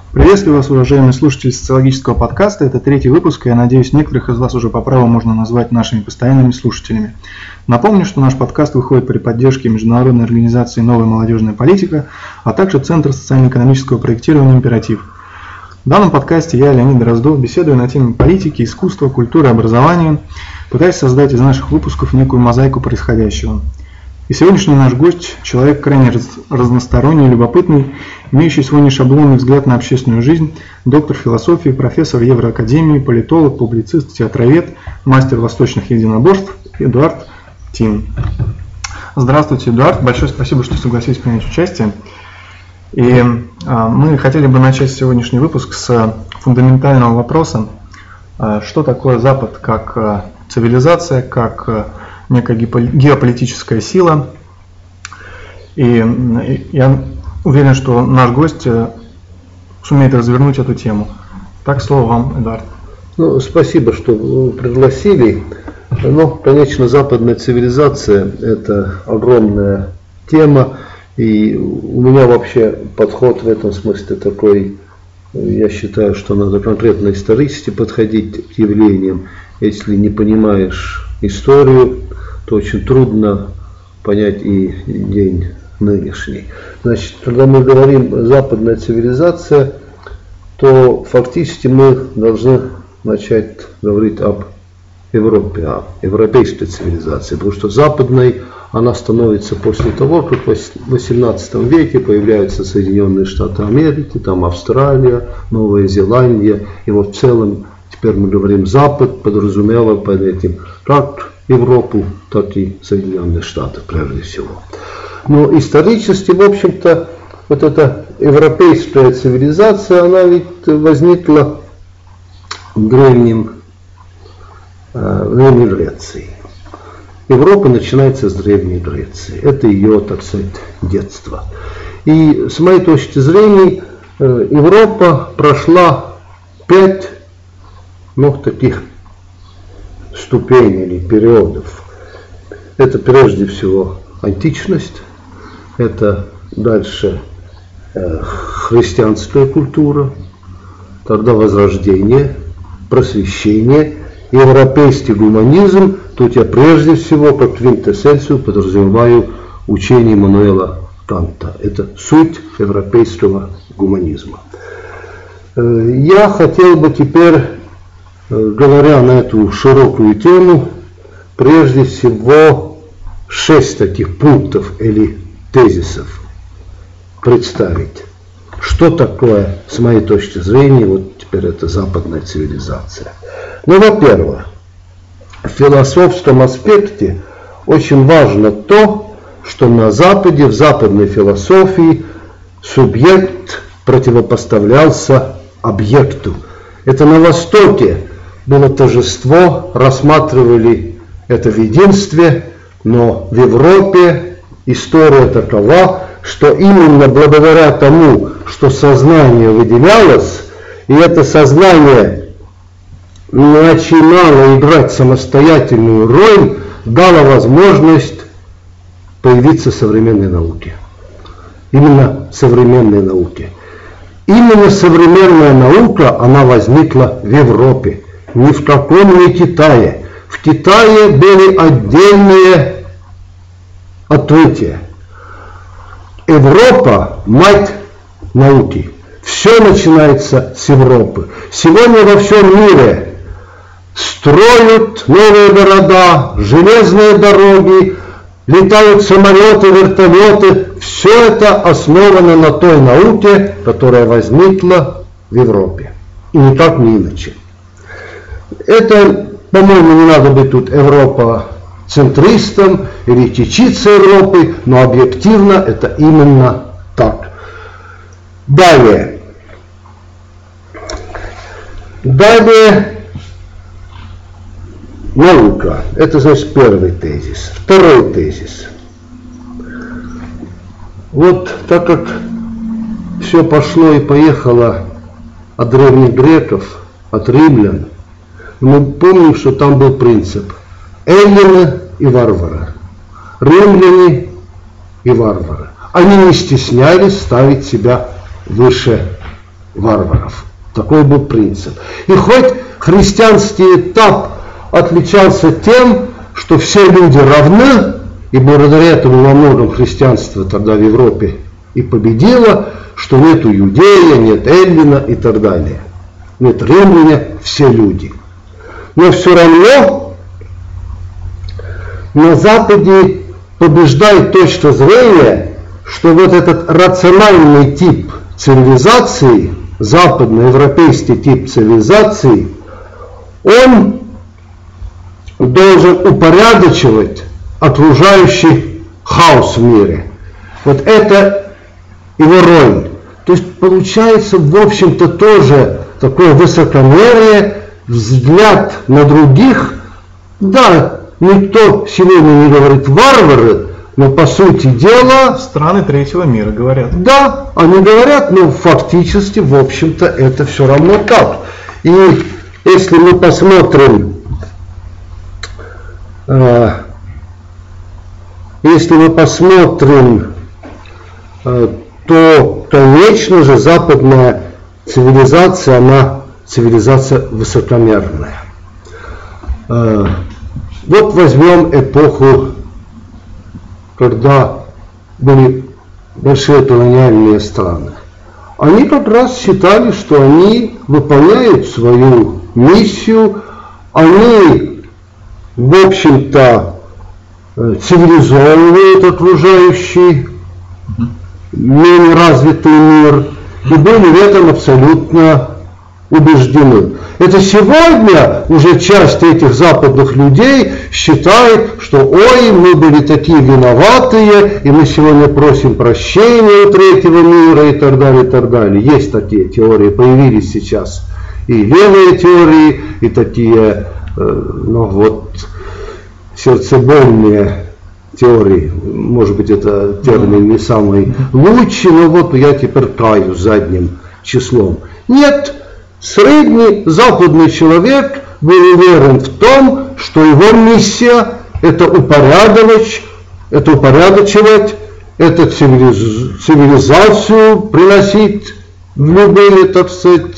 Приветствую вас, уважаемые слушатели социологического подкаста. Это 3-й выпуск, и я надеюсь, некоторых из вас уже по праву можно назвать нашими постоянными слушателями. Напомню, что наш подкаст выходит при поддержке международной организации «Новая молодежная политика», а также Центра социально-экономического проектирования «Императив». В данном подкасте я, Леонид Дроздов, беседую на темы политики, искусства, культуры, образования, пытаясь создать из наших выпусков некую мозаику происходящего. И сегодняшний наш гость – человек крайне разносторонний, любопытный, имеющий свой нешаблонный взгляд на общественную жизнь, доктор философии, профессор Евроакадемии, политолог, публицист, театровед, мастер восточных единоборств Эдуард Тин. Здравствуйте, Эдуард. Большое спасибо, что согласились принять участие. И мы хотели бы начать сегодняшний выпуск с фундаментального вопроса, что такое Запад как цивилизация, как некая геополитическая сила. И я уверен, что наш гость сумеет развернуть эту тему. Так, слово вам, Эдуард. Спасибо, что пригласили. Конечно, западная цивилизация – это огромная тема. И у меня вообще подход в этом смысле такой, я считаю, что надо конкретно исторически подходить к явлениям. Если не понимаешь историю, то очень трудно понять и день нынешний. Значит, когда мы говорим «западная цивилизация», то фактически мы должны начать говорить об Европе, о европейской цивилизации, потому что западной она становится после того, как в XVIII веке появляются Соединенные Штаты Америки, там Австралия, Новая Зеландия, и в целом теперь мы говорим Запад, подразумевая под этим как Европу, так и Соединенные Штаты прежде всего. Но исторически, в общем-то, вот эта европейская цивилизация, она ведь возникла в Древней Греции. Европа начинается с Древней Греции. Это ее, так сказать, детство. И с моей точки зрения, Европа прошла 5 таких ступеней или периодов. Это прежде всего античность, это дальше христианская культура, тогда возрождение, просвещение, европейский гуманизм. Тут я прежде всего как квинтэссенцию подразумеваю учение Иммануэла Канта. Это суть европейского гуманизма. Я хотел бы теперь, говоря на эту широкую тему, прежде всего 6 таких пунктов или тезисов представить. Что такое, с моей точки зрения, вот теперь это западная цивилизация? Во-первых, в философском аспекте очень важно то, что на Западе, в западной философии, субъект противопоставлялся объекту. Это на Востоке было торжество, рассматривали это в единстве, но в Европе история такова, что именно благодаря тому, что сознание выделялось, и это сознание начинало играть самостоятельную роль, дало возможность появиться современной науке. Именно современной науке. Именно современная наука, она возникла в Европе. Ни в каком не Китае. В Китае были отдельные открытия. Европа – мать науки. Все начинается с Европы. Сегодня во всем мире строят новые города, железные дороги, летают самолеты, вертолеты. Все это основано на той науке, которая возникла в Европе. И никак не иначе. Это, по-моему, не надо быть тут европоцентристом или кичиться Европой, но объективно это именно так. Далее, наука. Это, значит, первый тезис. Второй тезис. Вот так как все пошло и поехало от древних греков, от римлян, мы помним, что там был принцип эллины и варвара, римляне и варвары. Они не стеснялись ставить себя выше варваров. Такой был принцип. И хоть христианский этап отличался тем, что все люди равны, и благодаря этому во многом христианство тогда в Европе и победило, что нет иудея, нет эллина и так далее. Нет римляне, все люди. Но все равно на Западе побеждает точка зрения, что вот этот рациональный тип цивилизации, западноевропейский тип цивилизации, он должен упорядочивать окружающий хаос в мире. Вот это его роль. То есть получается, в общем-то, тоже такое высокомерие, взгляд на других. Да, никто сегодня не говорит варвары, но по сути дела... Страны третьего мира говорят. Да, они говорят, но фактически, в общем-то, это все равно так. И если мы посмотрим... то, конечно же, западная цивилизация, она цивилизация высокомерная. Вот возьмем эпоху, когда были большие колониальные страны. Они как раз считали, что они выполняют свою миссию, они, в общем-то, цивилизовывают окружающий менее развитый мир и были в этом абсолютно убеждены. Это сегодня уже часть этих западных людей считает, что ой, мы были такие виноватые, и мы сегодня просим прощения у третьего мира и так далее, и так далее. Есть такие теории, появились сейчас и левые теории, и такие, сердцебольные теории. Может быть, это термин не самый лучший, но вот я теперь каюсь задним числом. Нет, средний западный человек был уверен в том, что его миссия это упорядочивать, это цивилизацию приносить в любые, так сказать,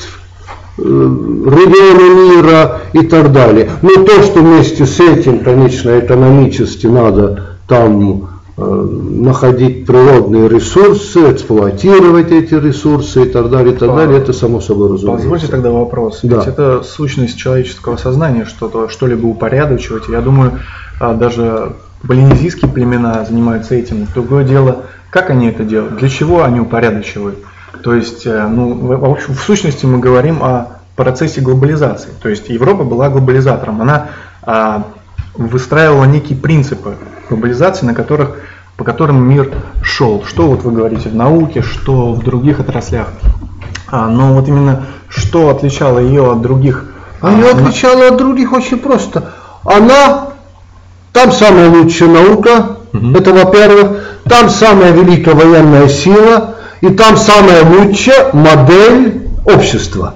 регионы мира и так далее. Но то, что вместе с этим, конечно, экономически надо там находить природные ресурсы, эксплуатировать эти ресурсы и так далее, это само собой разумеется. Позвольте тогда вопрос. Да. Ведь это сущность человеческого сознания, что-либо упорядочивать. Я думаю, даже полинезийские племена занимаются этим. Другое дело, как они это делают, для чего они упорядочивают. То есть, в сущности мы говорим о процессе глобализации. То есть Европа была глобализатором. Она выстраивала некие принципы глобализации, по которым мир шел. Что вот вы говорите в науке, что в других отраслях. Но вот именно что отличало ее от других? Ее отличало от других очень просто. Там самая лучшая наука, это во-первых. Там самая великая военная сила. И там самая лучшая модель общества.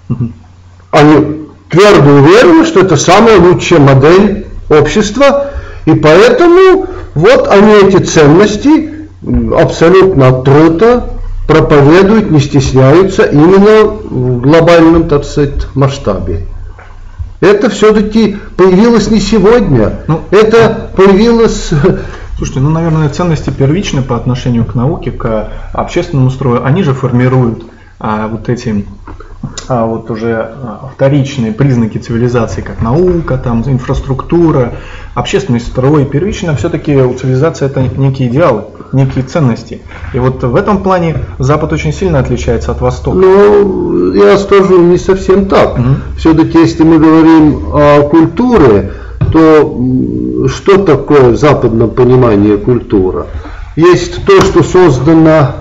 Они твердо уверены, что это самая лучшая модель общества. И поэтому вот они эти ценности абсолютно открыто проповедуют, не стесняются именно в глобальном, так сказать, масштабе. Это все-таки появилось не сегодня. Это появилось... Слушайте, наверное, ценности первичны по отношению к науке, к общественному строю. Они же формируют вот эти уже вторичные признаки цивилизации, как наука, там, инфраструктура, общественный строй. Первично все-таки у цивилизации это некие идеалы, некие ценности. И вот в этом плане Запад очень сильно отличается от Востока. Ну, я скажу, не совсем так. Все-таки, если мы говорим о культуре, то что такое в западном понимании культура? Есть то, что создано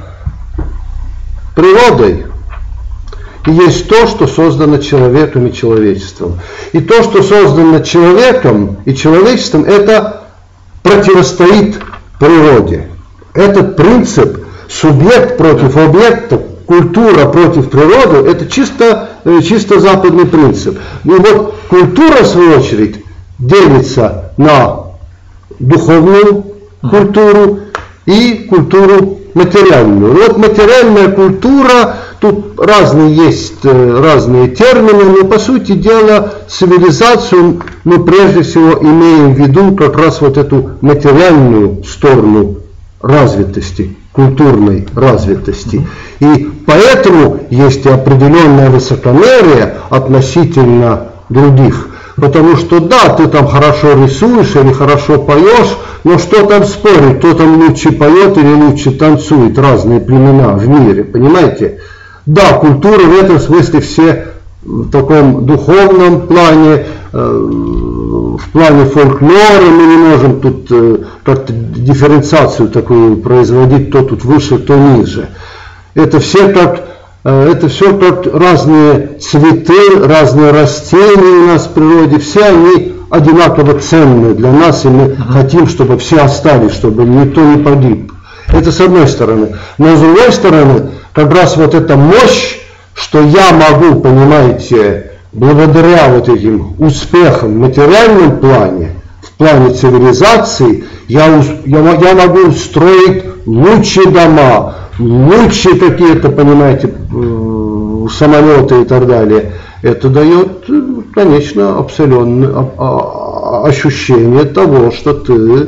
природой, и есть то, что создано человеком и человечеством. И то, что создано человеком и человечеством, это противостоит природе. Этот принцип субъект против объекта, культура против природы, это чисто западный принцип. И вот культура, в свою очередь, делится на духовную культуру и культуру материальную. Вот материальная культура, тут разные есть разные термины, но по сути дела цивилизацию мы прежде всего имеем в виду как раз вот эту материальную сторону развитости, культурной развитости. И поэтому есть и определенное высокомерие относительно других. Потому что да, ты там хорошо рисуешь или хорошо поешь, но что там спорить, кто там лучше поет или лучше танцует, разные племена в мире, понимаете? Да, культура в этом смысле все в таком духовном плане, в плане фольклора мы не можем тут как-то дифференциацию такую производить, кто тут выше, кто ниже. Это все как разные цветы, разные растения у нас в природе, все они одинаково ценные для нас, и мы хотим, чтобы все остались, чтобы никто не погиб. Это с одной стороны. Но с другой стороны, как раз вот эта мощь, что я могу, понимаете, благодаря вот этим успехам в материальном плане, в плане цивилизации, я могу строить лучшие дома, лучшие какие-то, понимаете, самолеты и так далее. Это дает, конечно, определенное ощущение того, что ты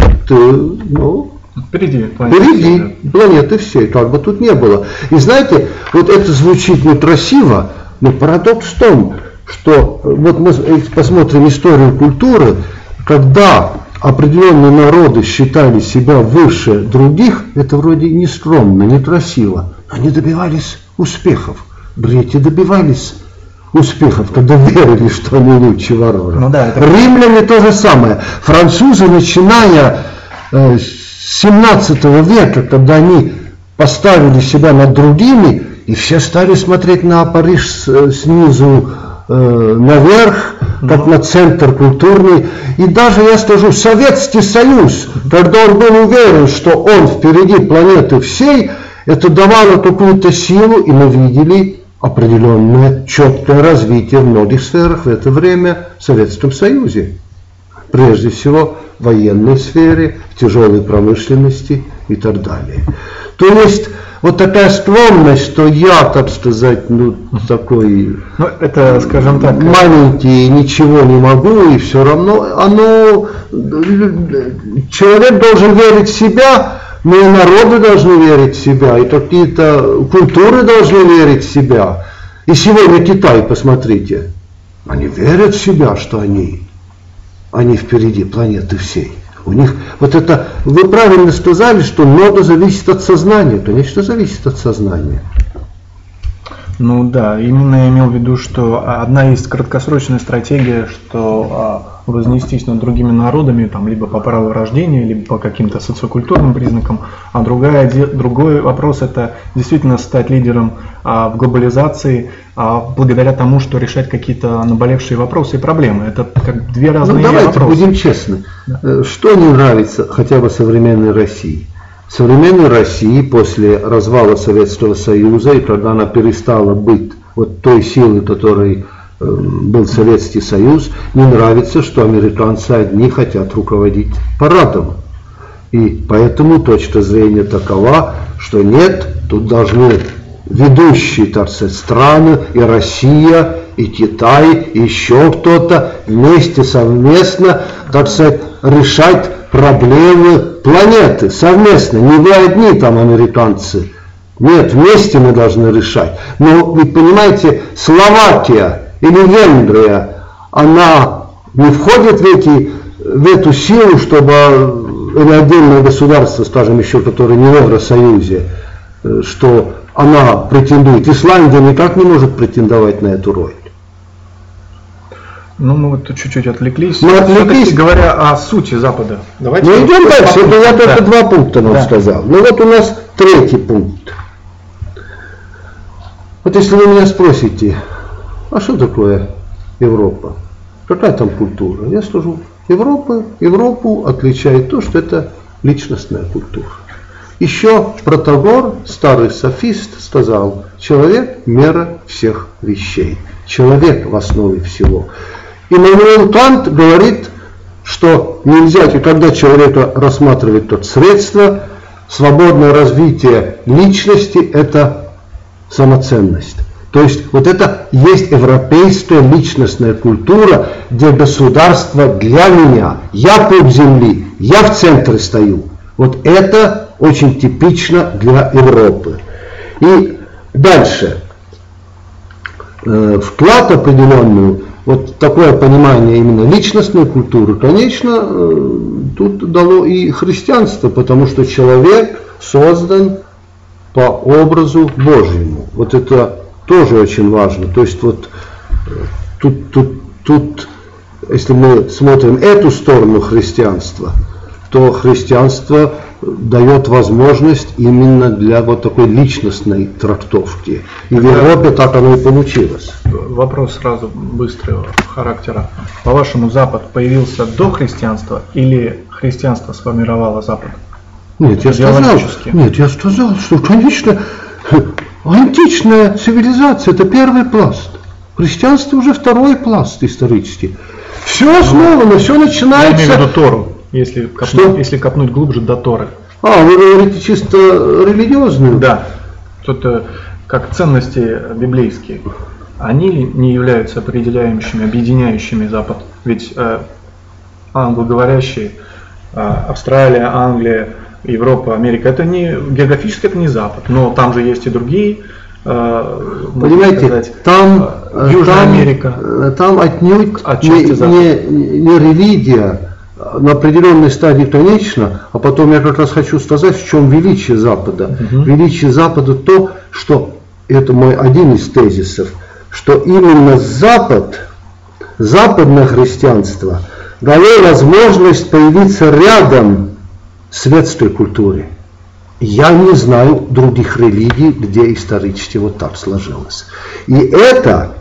впереди планеты всей, как бы тут не было. И знаете, вот это звучит некрасиво, но парадокс в том, что вот мы посмотрим историю культуры, когда определенные народы считали себя выше других, это вроде не скромно, некрасиво. Они добивались успехов. Греки добивались успехов, когда верили, что они лучше варваров. Римляне то же самое. Французы, начиная с 17 века, когда они поставили себя над другими, и все стали смотреть на Париж снизу наверх, как на центр культурный. И даже, я скажу, Советский Союз, когда он был уверен, что он впереди планеты всей, это давало какую-то силу, и мы видели определенное четкое развитие в многих сферах в это время в Советском Союзе. Прежде всего в военной сфере, в тяжелой промышленности и так далее. То есть вот такая склонность, что я, так сказать, такой это, скажем так, маленький, ничего не могу, и все равно человек должен верить в себя, но и народы должны верить в себя, и какие-то культуры должны верить в себя. И сегодня Китай, посмотрите, они верят в себя, что они впереди планеты всей. У них вот это, вы правильно сказали, что мода зависит от сознания. Конечно, зависит от сознания. Ну да, именно я имел в виду, что одна есть краткосрочная стратегия, что вознестись над другими народами, там, либо по праву рождения, либо по каким-то социокультурным признакам, а другой вопрос — это действительно стать лидером в глобализации, благодаря тому, что решать какие-то наболевшие вопросы и проблемы. Это как две разные вопросы. Давайте будем честны. Да. Что не нравится хотя бы современной России? Современной России после развала Советского Союза, и когда она перестала быть вот той силой, которой был Советский Союз, не нравится, что американцы одни хотят руководить парадом. И поэтому точка зрения такова, что нет, тут должны ведущие, так сказать, страны, и Россия, и Китай, и еще кто-то вместе, совместно, так сказать, решать проблемы планеты совместно. Не вы одни там, американцы. Нет, вместе мы должны решать. Но вы понимаете, Словакия или Венгрия, она не входит в эту силу, чтобы, или отдельное государство, скажем, еще, которое не в Евросоюзе, что она претендует. Исландия никак не может претендовать на эту роль. Ну, мы вот чуть-чуть отвлеклись. Все-таки говоря о сути Запада. Давайте идем дальше. Это я только 2 пункта вам сказал. Ну вот у нас 3-й пункт. Вот если вы меня спросите, а что такое Европа? Какая там культура? Я скажу, Европу отличает то, что это личностная культура. Еще Протагор, старый софист, сказал, человек – мера всех вещей. Человек в основе всего. Иммануил Кант говорит, что нельзя, когда человека рассматривать как средство, свободное развитие личности – это самоценность. То есть вот это есть европейская личностная культура, где государство для меня, я пуп земли, я в центре стою. Вот это очень типично для Европы. И дальше. Вклад определенный, вот такое понимание именно личностной культуры, конечно, тут дало и христианство, потому что человек создан по образу Божьему. Вот это тоже очень важно. То есть вот тут, если мы смотрим эту сторону христианства, то христианство дает возможность именно для вот такой личностной трактовки. И в Европе так оно и получилось. Вопрос сразу быстрого характера. По-вашему, Запад появился до христианства или христианство сформировало Запад? Нет, я сказал, что, конечно, античная цивилизация – это первый пласт. Христианство уже второй пласт исторический. Все основано, все начинается... Я имею в виду Тору. Если копнуть глубже до Торы. Вы говорите чисто религиозную? Да. Тут как ценности библейские. Они не являются определяющими, объединяющими Запад. Ведь англоговорящие, Австралия, Англия, Европа, Америка, это не географически это не Запад. Но там же есть и другие. Понимаете, сказать, там Южная Америка. Там отнюдь не религия. На определенной стадии конечно, а потом я как раз хочу сказать, в чем величие Запада. Величие Запада то, что, это мой один из тезисов, что именно Запад, западное христианство дало возможность появиться рядом с светской культурой. Я не знаю других религий, где исторически вот так сложилось. И это,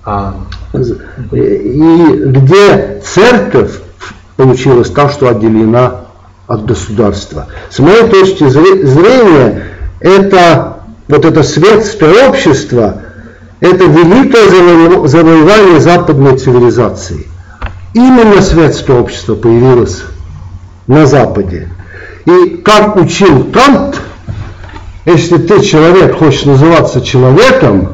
и где церковь получилось так, что отделена от государства. С моей точки зрения, это, вот это светское общество, это великое завоевание западной цивилизации. Именно светское общество появилось на Западе. И как учил Кант, если ты человек, хочешь называться человеком,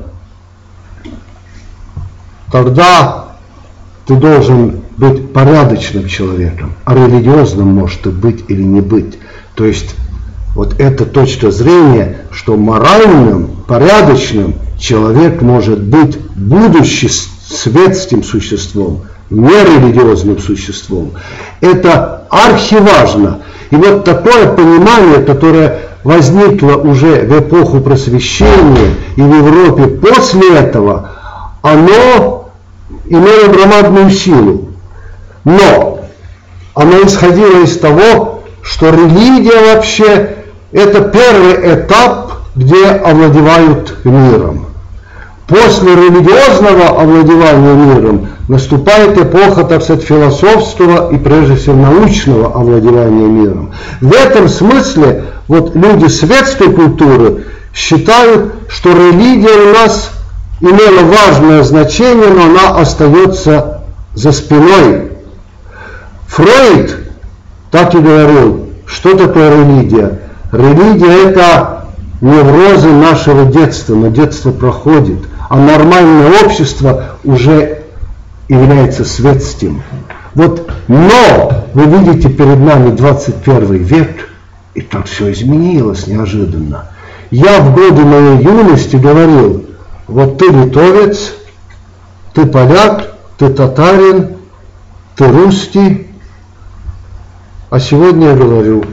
тогда ты должен быть порядочным человеком, а религиозным может ты быть или не быть. То есть вот эта точка зрения, что моральным, порядочным человек может быть, будучи светским существом, не религиозным существом. Это архиважно. И вот такое понимание, которое возникло уже в эпоху просвещения и в Европе после этого, оно имело громадную силу. Но оно исходило из того, что религия вообще это первый этап, где овладевают миром. После религиозного овладевания миром наступает эпоха, так сказать, философского и прежде всего научного овладевания миром. В этом смысле вот люди светской культуры считают, что религия у нас имела важное значение, но она остается за спиной. Фройд так и говорил, что такое религия. Религия – это неврозы нашего детства, но детство проходит, а нормальное общество уже является светским. Вот, но вы видите перед нами 21 век, и так все изменилось неожиданно. Я в годы моей юности говорил, вот ты литовец, ты поляк, ты татарин, ты русский. А сегодня я говорю,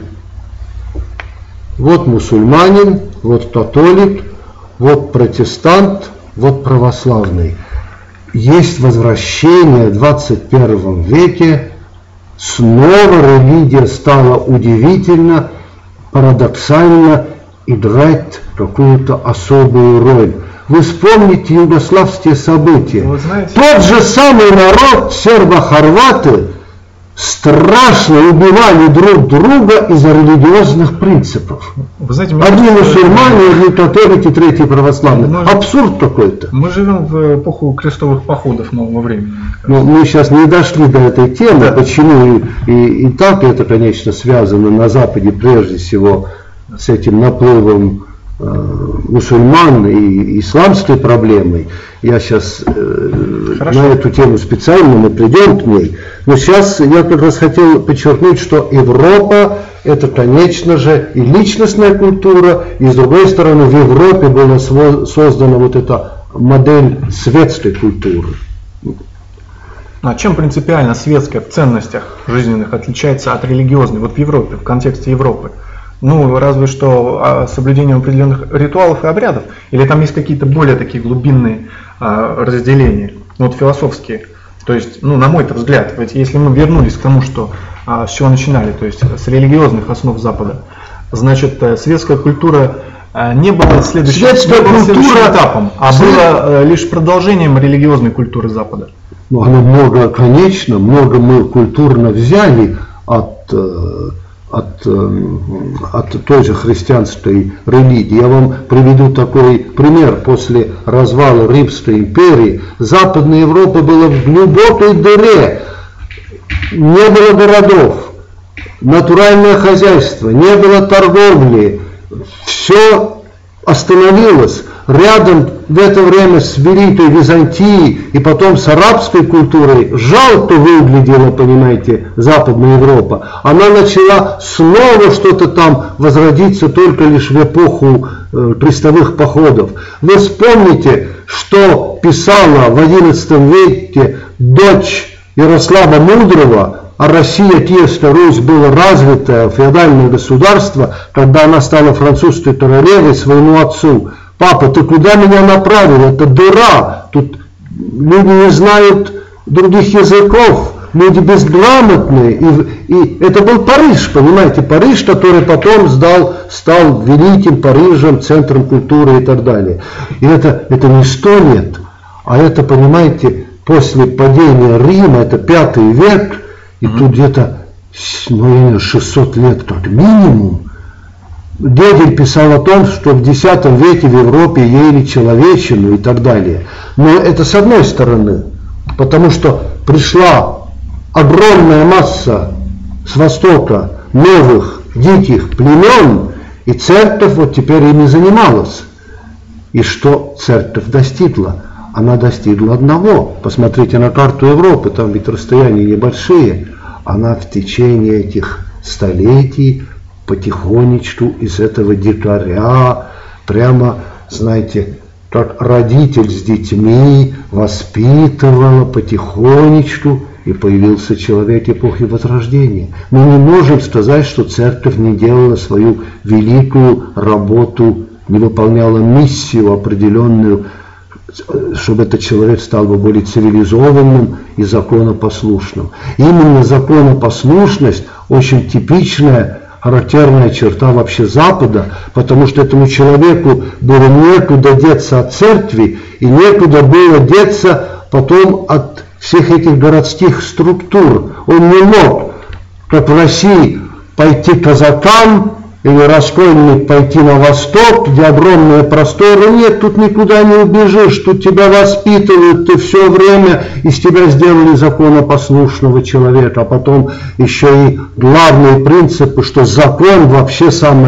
вот мусульманин, вот католик, вот протестант, вот православный. Есть возвращение в 21 веке, снова религия стала удивительно, парадоксально играть какую-то особую роль. Вы вспомните югославские события. Тот же самый народ, сербо-хорваты, страшно убивали друг друга из-за религиозных принципов. Вы знаете, одни мусульмане, одни католики, третьи православные. Абсурд какой-то. Мы живем в эпоху крестовых походов нового времени. Но мы сейчас не дошли до этой темы, да. Почему и так это, конечно, связано на Западе прежде всего с этим наплывом мусульман и исламской проблемой. Я сейчас на эту тему специально, мы придем к ней. Но сейчас я как раз хотел подчеркнуть, что Европа — это, конечно же, и личностная культура, и с другой стороны в Европе была создана вот эта модель светской культуры. А чем принципиально светская в ценностях жизненных отличается от религиозной, вот в Европе, в контексте Европы? Ну, разве что соблюдением определенных ритуалов и обрядов, или там есть какие-то более такие глубинные разделения, ну, вот философские. То есть, ну, на мой-то взгляд, ведь если мы вернулись к тому, что, с чего начинали, то есть с религиозных основ Запада, значит, светская культура не была следующим этапом, а была лишь продолжением религиозной культуры Запада. Ну, оно много, конечно, много мы культурно взяли от той же христианской религии. Я вам приведу такой пример. После развала Римской империи Западная Европа была в глубокой дыре. Не было городов, натуральное хозяйство, не было торговли. Все остановилось. Рядом в это время с Великой Византией и потом с арабской культурой жалко выглядела, понимаете, Западная Европа. Она начала снова что-то там возродиться только лишь в эпоху крестовых походов. Вы вспомните, что писала в XI веке дочь Ярослава Мудрого, а Россия, Киевская Русь, было развитое феодальное государство, когда она стала французской королевой своему отцу. Папа, ты куда меня направил? Это дыра. Тут люди не знают других языков, люди безграмотные. И это был Париж, понимаете, Париж, который потом стал великим Парижем, центром культуры и так далее. И это не 100 лет, а это, понимаете, после падения Рима, это 5 век, и тут где-то 600 лет как минимум. Гегель писал о том, что в X веке в Европе ели человечину и так далее. Но это с одной стороны, потому что пришла огромная масса с Востока новых диких племен, и церковь вот теперь ими занималась. И что церковь достигла? Она достигла одного. Посмотрите на карту Европы, там ведь расстояния небольшие. Она в течение этих столетий потихонечку из этого дикаря, прямо, знаете, как родитель с детьми воспитывала потихонечку, и появился человек эпохи Возрождения. Мы не можем сказать, что церковь не делала свою великую работу, не выполняла миссию определенную, чтобы этот человек стал бы более цивилизованным и законопослушным. Именно законопослушность очень типичная, характерная черта вообще Запада, потому что этому человеку было некуда деться от церкви и некуда было деться потом от всех этих городских структур. Он не мог, как в России, пойти к казакам или раскольник пойти на восток, где огромные просторы. Нет, тут никуда не убежишь, тут тебя воспитывают, ты все время из тебя сделали законопослушного человека. А потом еще и главные принципы, что закон вообще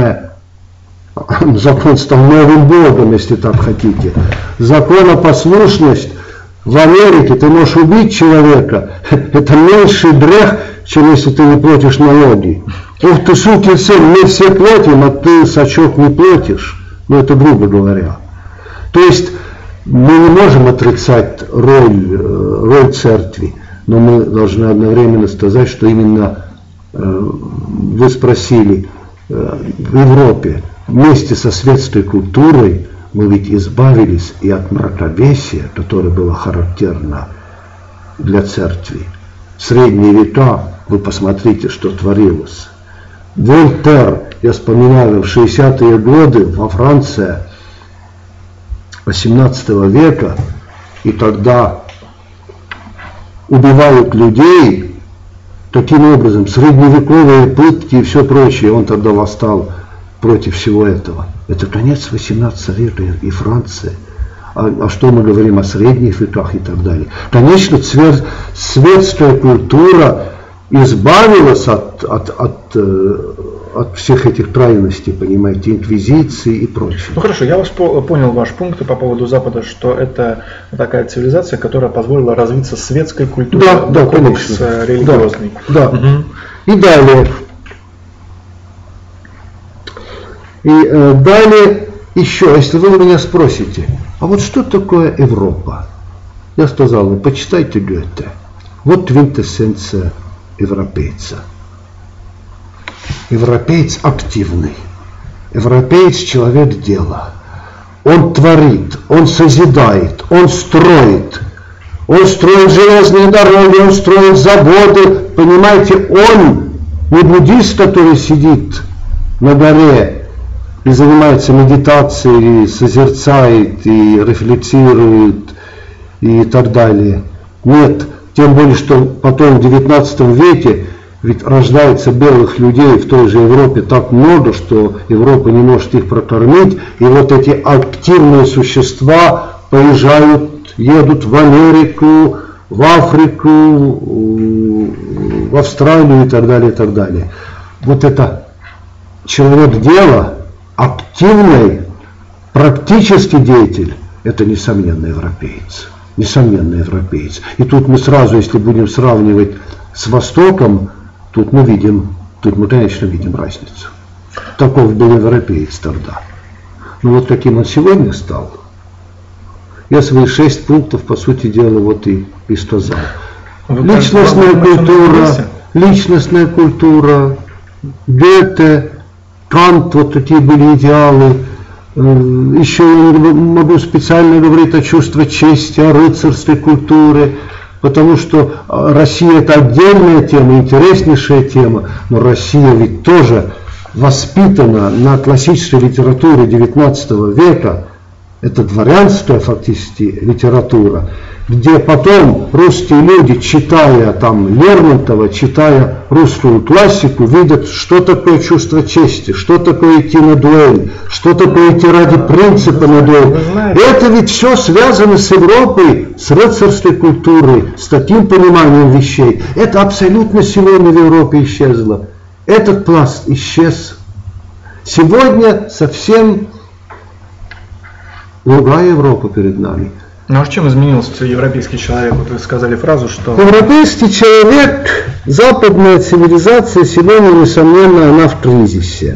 закон стал новым богом, если так хотите. Законопослушность в Америке, ты можешь убить человека, это меньший грех, чем если ты не платишь налоги. Ух ты, сукин сын, мы все платим, а ты, сачок, не платишь. Ну, это грубо говоря. То есть, мы не можем отрицать роль церкви, но мы должны одновременно сказать, что именно, вы спросили, в Европе вместе со светской культурой мы ведь избавились и от мракобесия, которое было характерно для церкви. В средние века, вы посмотрите, что творилось. Вольтер, я вспоминаю, в 60-е годы во Франции 18 века, и тогда убивают людей таким образом, средневековые пытки и все прочее, он тогда восстал против всего этого. Это конец 18 века и Франция. А что мы говорим о средних веках и так далее? Конечно, светская культура избавилась от от всех этих крайностей, понимаете, инквизиции и прочее. Ну хорошо, я понял ваш пункт по поводу Запада, что это такая цивилизация, которая позволила развиться светской культуре, да, комплекс конечно. религиозный. Да. Угу. И далее. Далее еще, если вы меня спросите, а вот что такое Европа? Я сказал, вы почитайте Гёте. Вот квинтэссенция европейца. Европеец активный. Европеец человек дела. Он творит, он созидает, он строит. Он строит железные дороги, он строит заводы. Понимаете, он не буддист, который сидит на горе и занимается медитацией, и созерцает, и рефлексирует, и так далее. Нет, тем более, что потом в XIX веке ведь рождается белых людей в той же Европе так много, что Европа не может их прокормить, и вот эти активные существа поезжают, едут в Америку, в Африку, в Австралию и так далее, и так далее. Вот это человек дела, активный, практический деятель, это несомненно европеец. Несомненно европеец. И тут мы сразу, если будем сравнивать с Востоком, тут мы, конечно, видим разницу. Таков был европеец тогда. Но вот каким он сегодня стал, я свои 6 пунктов, по сути дела, вот и сказал. Личностная культура, Гёте, Кант, вот такие были идеалы. Еще я могу специально говорить о чувстве чести, о рыцарской культуре, потому что Россия это отдельная тема, интереснейшая тема, но Россия ведь тоже воспитана на классической литературе XIX века, это дворянская фактически литература, где потом русские люди, читая там Лермонтова, читая русскую классику, видят, что такое чувство чести, что такое идти на дуэль, что такое идти ради принципа на дуэль. Это ведь все связано с Европой, с рыцарской культурой, с таким пониманием вещей. Это абсолютно сегодня в Европе исчезло. Этот пласт исчез. Сегодня совсем другая Европа перед нами. Ну а в чем изменился европейский человек? Вот вы сказали фразу, что... Европейский человек, западная цивилизация сегодня, несомненно, она в кризисе.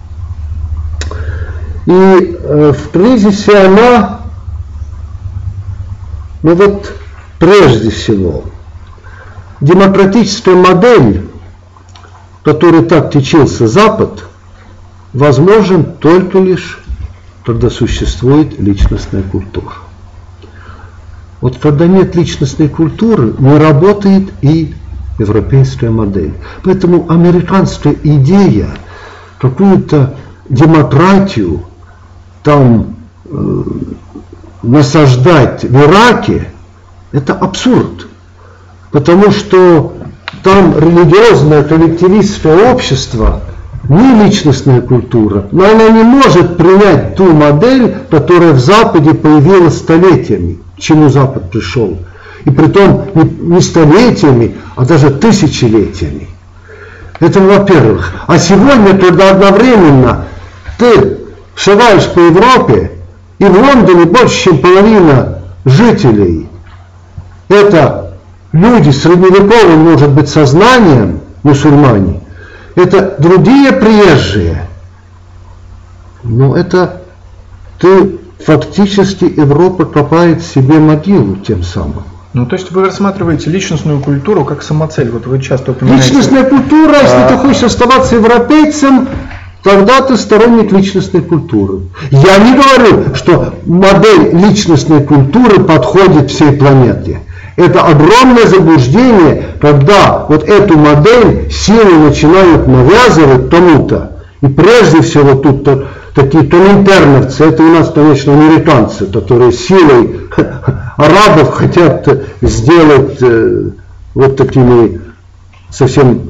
И в кризисе она, ну вот, прежде всего, демократическая модель, которой так течился Запад, возможен только лишь, когда существует личностная культура. Вот когда нет личностной культуры, не работает и европейская модель. Поэтому американская идея, какую-то демократию там насаждать в Ираке, это абсурд. Потому что там религиозное коллективистское общество, не личностная культура, но она не может принять ту модель, которая в Западе появилась столетиями. К чему Запад пришел. И притом не столетиями, а даже тысячелетиями. Это во-первых. А сегодня, когда одновременно ты шагаешь по Европе, и в Лондоне больше, чем половина жителей, это люди с средневековым, может быть, сознанием, мусульмане, это другие приезжие. Но это ты... Фактически Европа копает себе могилу тем самым. Ну, то есть вы рассматриваете личностную культуру как самоцель. Вот вы часто упоминаете... Личностная культура, если ты хочешь оставаться европейцем, тогда ты сторонник личностной культуры. Я не говорю, что модель личностной культуры подходит всей планете. Это огромное заблуждение, когда вот эту модель силой начинают навязывать кому-то. И прежде всего тут такие коминтерновцы, это у нас, конечно, американцы, которые силой арабов хотят сделать вот такими совсем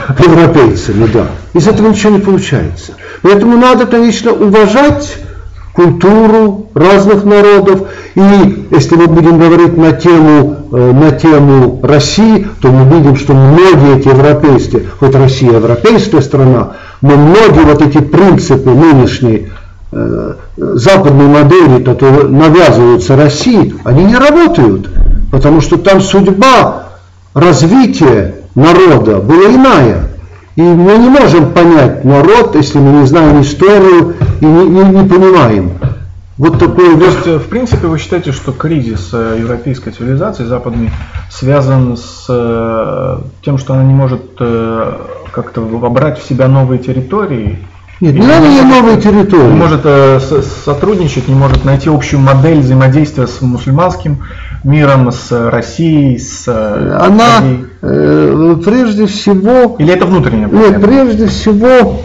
европейцами, да. Из этого ничего не получается. Поэтому надо, конечно, уважать культуру разных народов. И если мы будем говорить на тему России, то мы видим, что многие эти европейские, хоть Россия европейская страна, но многие вот эти принципы нынешней западной модели, которые навязываются России, они не работают, потому что там судьба развития народа была иная. И мы не можем понять народ, если мы не знаем историю и не понимаем. Вот такой. То есть, в принципе, вы считаете, что кризис европейской цивилизации западной связан с тем, что она не может как-то вобрать в себя новые территории? Нет, не новые территории. Не может сотрудничать, не может найти общую модель взаимодействия с мусульманским миром, с Россией, с она прежде всего. Или это внутренняя проблема? Нет, прежде всего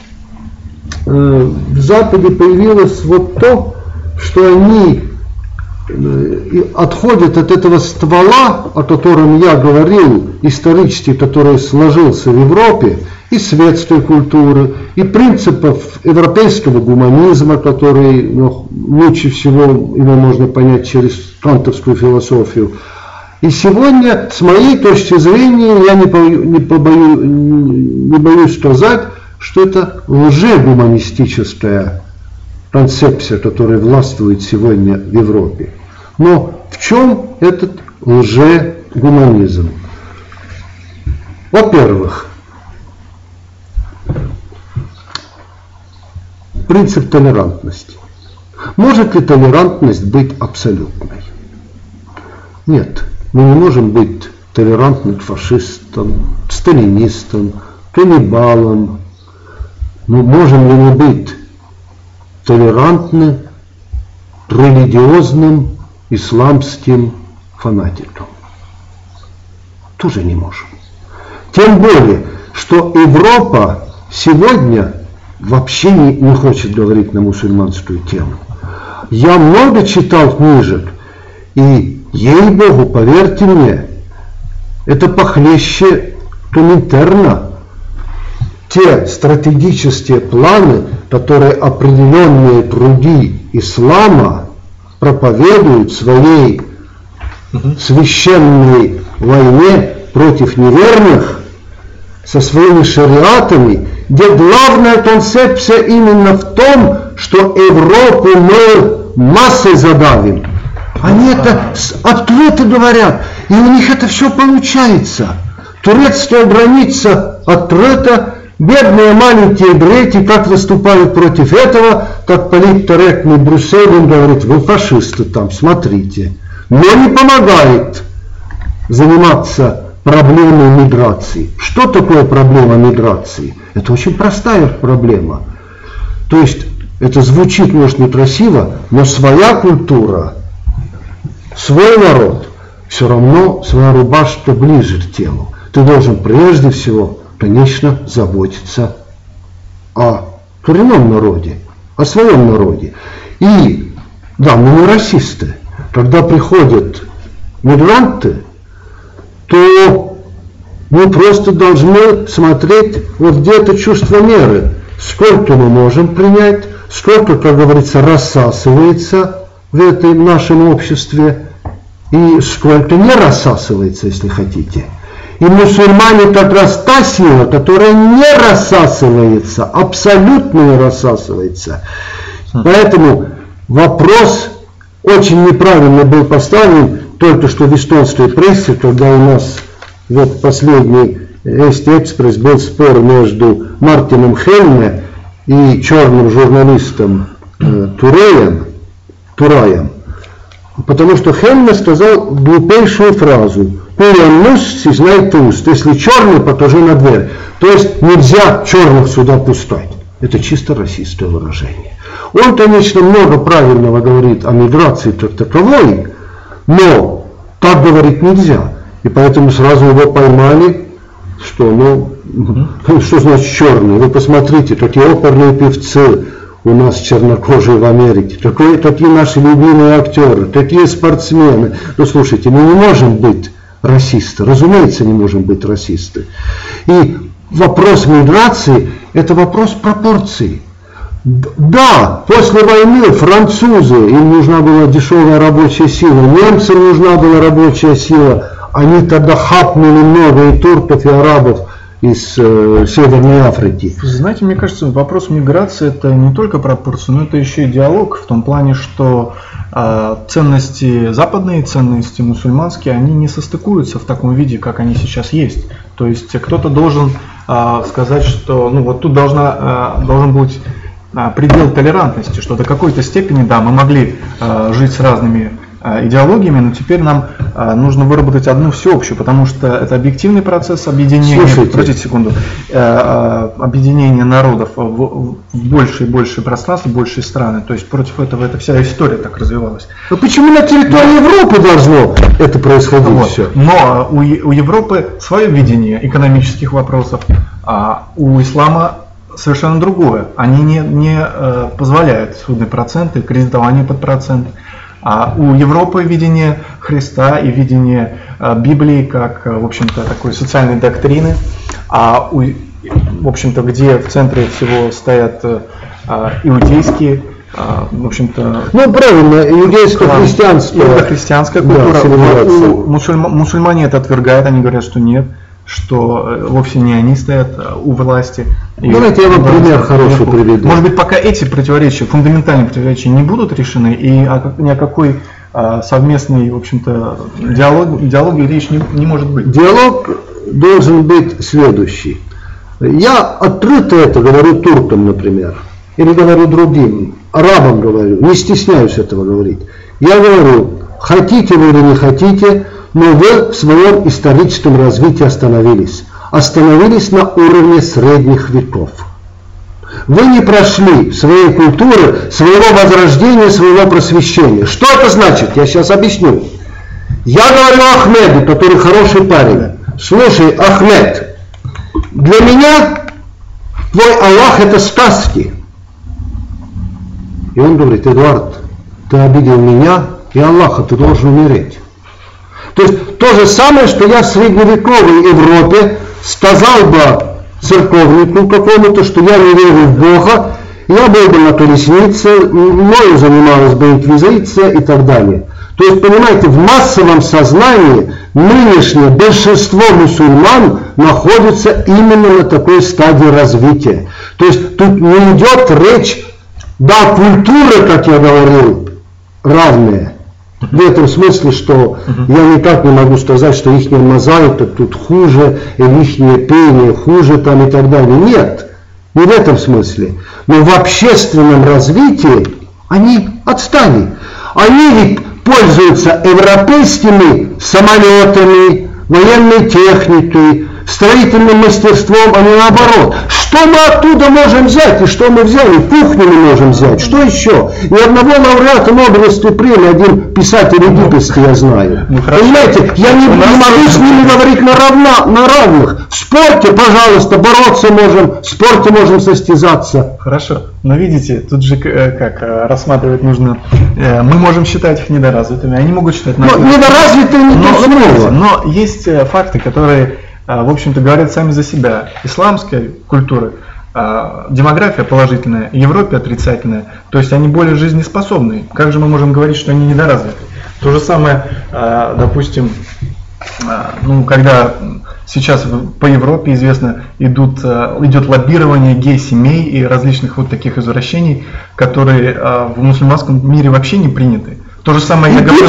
в Западе появилось вот то, что они отходят от этого ствола, о котором я говорил, исторически, который сложился в Европе, и светской культуры, и принципов европейского гуманизма, который лучше всего его можно понять через кантовскую философию. И сегодня, с моей точки зрения, я не боюсь сказать, что это лжегуманистическая концепция, которая властвует сегодня в Европе. Но в чем этот лжегуманизм? Во-первых, принцип толерантности. Может ли толерантность быть абсолютной? Нет, мы не можем быть толерантны к фашистам, к сталинистам, к каннибалам. Но можем ли мы быть толерантны к религиозным исламским фанатикам? Тоже не можем. Тем более, что Европа сегодня вообще не хочет говорить на мусульманскую тему. Я много читал книжек, и, ей-богу, поверьте мне, это похлеще Коминтерна. Те стратегические планы, которые определенные круги ислама проповедуют в своей священной войне против неверных, со своими шариатами, где главная концепция именно в том, что Европу мы массой задавим. Они это открыто говорят, и у них это все получается. Турецкая граница открыта, бедные маленькие греки как выступают против этого, как политкорректный Брюссель им говорит: вы фашисты там, смотрите. Но не помогает заниматься проблемой миграции. Что такое проблема миграции? Это очень простая проблема. То есть, это звучит, может, некрасиво, но своя культура, свой народ, все равно своя рубашка ближе к телу. Ты должен прежде всего, конечно, заботиться о коренном народе, о своем народе. И, да, мы не расисты. Когда приходят мигранты, то мы просто должны смотреть вот где-то чувство меры. Сколько мы можем принять, сколько, как говорится, рассасывается в этом нашем обществе, и сколько не рассасывается, если хотите. И мусульмане как раз та сила, которая не рассасывается, абсолютно не рассасывается. Поэтому вопрос очень неправильно был поставлен только что в эстонской прессе, когда у нас вот последний Eesti-Экспресс был спор между Мартином Хельме и черным журналистом Тураем, потому что Хельме сказал глупейшую фразу: «Пуянус сизнай туст», если черный, покажи на дверь. То есть нельзя черных сюда пускать. Это чисто российское выражение. Он, конечно, много правильного говорит о миграции как таковой, но так говорить нельзя. И поэтому сразу его поймали, что, что значит черный? Вы посмотрите, какие оперные певцы у нас чернокожие в Америке, какие наши любимые актеры, какие спортсмены. Ну, слушайте, мы не можем быть расисты, разумеется, не можем быть расисты. И вопрос миграции – это вопрос пропорций. Да, после войны французы, им нужна была дешевая рабочая сила, немцам нужна была рабочая сила, они тогда хапнули много и турков, и арабов из Северной Африки. Знаете, мне кажется, вопрос миграции это не только пропорции, но это еще и диалог в том плане, что ценности западные, ценности мусульманские, они не состыкуются в таком виде, как они сейчас есть. То есть кто-то должен сказать, что вот тут должен быть предел толерантности, что до какой-то степени, да, мы могли жить с разными идеологиями, но теперь нам нужно выработать одну всеобщую, потому что это объективный процесс объединения, объединения народов в большее и большее пространство, большие страны. То есть против этого эта вся история так развивалась. Но почему на территории Европы должно это происходить все? Но у Европы свое видение экономических вопросов, а у ислама совершенно другое. Они не позволяют судные проценты, кредитование под процент. А у Европы видение Христа и видение Библии как, в общем-то, такой социальной доктрины, в общем-то, где в центре всего стоят иудейские, в общем-то... правильно, иудейско-христианская культура. Мусульмане это отвергают, они говорят, что нет, что вовсе не они стоят у власти. Давайте я вам пример хороший приведу. Может быть, пока эти противоречия, фундаментальные противоречия не будут решены, и ни о какой совместной, в общем-то, диалоге речь не может быть. Диалог должен быть следующий. Я открыто это говорю туркам, например, или говорю другим, арабам говорю, не стесняюсь этого говорить. Я говорю, хотите вы или не хотите, но вы в своем историческом развитии остановились. Остановились на уровне средних веков. Вы не прошли своей культуры, своего возрождения, своего просвещения. Что это значит? Я сейчас объясню. Я говорю Ахмеду, который хороший парень. Слушай, Ахмед, для меня твой Аллах это сказки. И он говорит, Эдуард, ты обидел меня и Аллаха, ты должен умереть. То есть то же самое, что я в средневековой Европе сказал бы церковнику какому-то, что я не верю в Бога, я был бы на колеснице, мною занималась бы инквизиция и так далее. То есть, понимаете, в массовом сознании нынешнее большинство мусульман находится именно на такой стадии развития. То есть тут не идет речь, да, культура, как я говорил, равная. В этом смысле, что я никак не могу сказать, что их мозаика тут хуже, или их пение хуже там и так далее. Нет, не в этом смысле. Но в общественном развитии они отстали. Они ведь пользуются европейскими самолетами, военной техникой, строительным мастерством, а не наоборот. Что мы оттуда можем взять и что мы взяли? Кухню мы можем взять. Что еще? Ни одного лауреата Нобелевской премии, один писатель египетский я знаю. Понимаете, я не могу с ними говорить на равных. В спорте, пожалуйста, бороться можем, в спорте можем состязаться. Хорошо, но видите, тут же как рассматривать нужно, мы можем считать их недоразвитыми, они могут считать нас. Недоразвитые не то слово. Но есть факты, которые, в общем-то, говорят сами за себя. Исламская культура, демография положительная, Европе отрицательная, то есть они более жизнеспособны. Как же мы можем говорить, что они недоразвиты? То же самое, допустим, когда сейчас по Европе известно идет лоббирование гей-семей и различных вот таких извращений, которые в мусульманском мире вообще не приняты. То же самое я говорю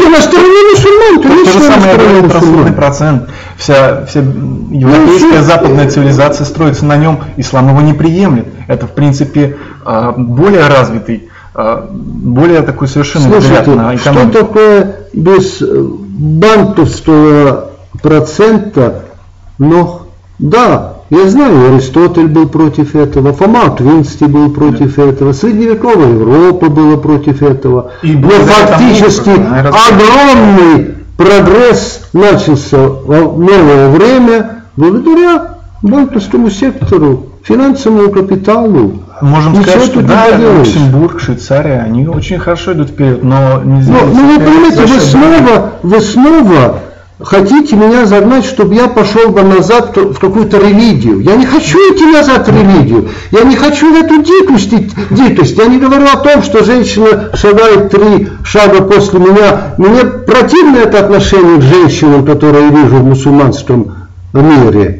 про судный процент. Вся европейская западная цивилизация строится на нем, ислам его не приемлет. Это в принципе более развитый, более такой совершенный взгляд на экономику. Что такое без бантовского процента? Но да, я знаю, Аристотель был против этого, Фома Аквинский был против этого, средневековая Европа была против этого. Но фактически огромный прогресс начался в новое время благодаря банковскому сектору, финансовому капиталу. Можем сказать, что да, Люксембург, Швейцария, они очень хорошо идут вперед, но нельзя... вы понимаете, вы снова хотите меня загнать, чтобы я пошел бы назад в какую-то религию. Я не хочу идти назад в религию. Я не хочу в эту дикость. Я не говорю о том, что женщина шагает 3 шага после меня. Мне противно это отношение к женщинам, которые я вижу в мусульманском мире.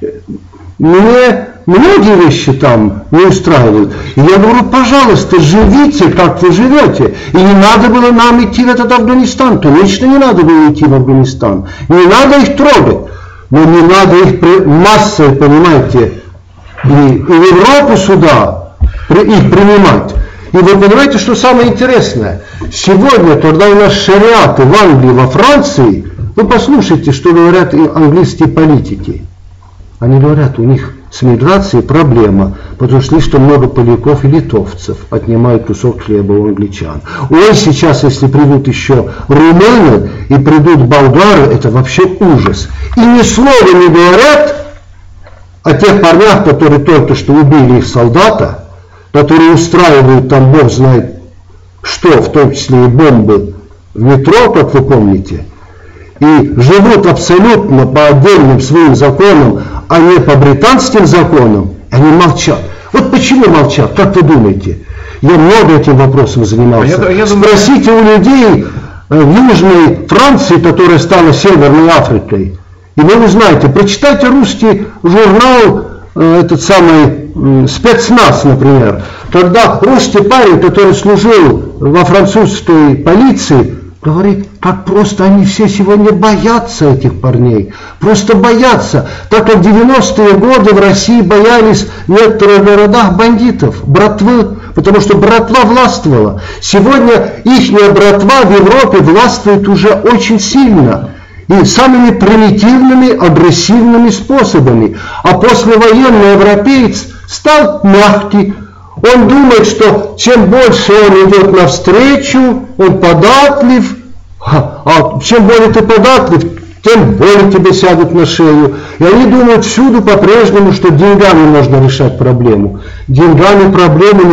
Мне многие вещи там не устраивают. И я говорю, пожалуйста, живите, как вы живете. И не надо было нам идти в этот Афганистан. Конечно, не надо было идти в Афганистан. Не надо их трогать. Но не надо их массой, понимаете, и Европу сюда их принимать. И вы понимаете, что самое интересное? Сегодня, когда у нас шариаты в Англии, во Франции, вы послушайте, что говорят английские политики. Они говорят, у них с миграцией проблема, потому что слишком много поляков и литовцев отнимают кусок хлеба у англичан. Ой, сейчас, если придут еще румыны и придут болгары, это вообще ужас. И ни слова не говорят о тех парнях, которые только что убили их солдата, которые устраивают там, Бог знает что, в том числе и бомбы в метро, как вы помните, и живут абсолютно по отдельным своим законам, а не по британским законам, они молчат. Вот почему молчат, как вы думаете? Я много этим вопросом занимался. Спросите у людей в Южной Франции, которая стала Северной Африкой, и вы узнаете, прочитайте русский журнал, этот самый «Спецназ», например, когда русский парень, который служил во французской полиции, говорит, как просто они все сегодня боятся этих парней. Просто боятся. Так как в 90-е годы в России боялись в некоторых городах бандитов, братвы, потому что братва властвовала. Сегодня ихняя братва в Европе властвует уже очень сильно. И самыми примитивными, агрессивными способами. А послевоенный европеец стал мягкий. Он думает, что чем больше он идет навстречу, он податлив, а чем более ты податлив, тем более тебе сядут на шею. И они думают всюду по-прежнему, что деньгами можно решать проблему. Деньгами проблему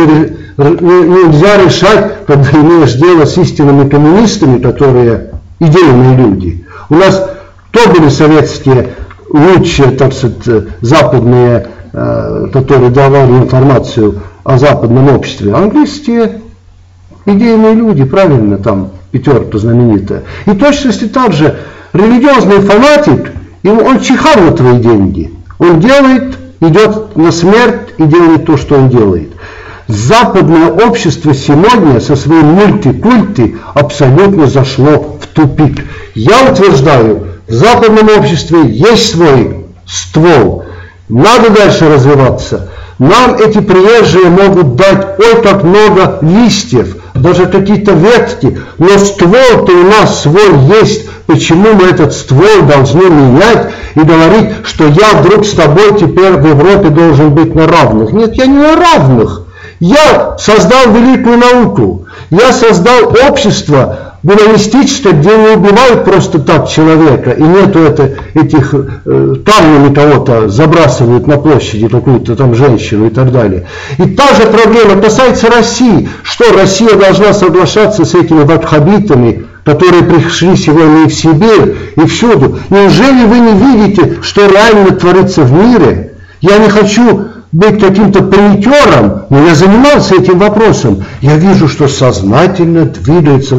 нельзя решать, когда имеешь дело с истинными коммунистами, которые идейные люди. У нас кто были советские лучшие, так сказать, западные, которые давали информацию о западном обществе? Английские идейные люди, правильно, там пятерка знаменитая. И точности так же религиозный фанатик, он чихал на твои деньги. Он делает, идет на смерть и делает то, что он делает. Западное общество сегодня со своим мультикульти абсолютно зашло в тупик. Я утверждаю, в западном обществе есть свой ствол. Надо дальше развиваться. Нам эти приезжие могут дать ой как много листьев, даже какие-то ветки, но ствол-то у нас свой есть. Почему мы этот ствол должны менять и говорить, что я вдруг с тобой теперь в Европе должен быть на равных? Нет, я не на равных. Я создал великую науку. Я создал общество гуманистическое, где не убивают просто так человека, и нету этих камнями кого-то забрасывают на площади, какую-то там женщину и так далее. И та же проблема касается России. Что Россия должна соглашаться с этими ваххабитами, которые пришли сегодня и в Сибирь, и всюду? Неужели вы не видите, что реально творится в мире? Я не хочу быть каким-то паникером, но я занимался этим вопросом. Я вижу, что сознательно двигается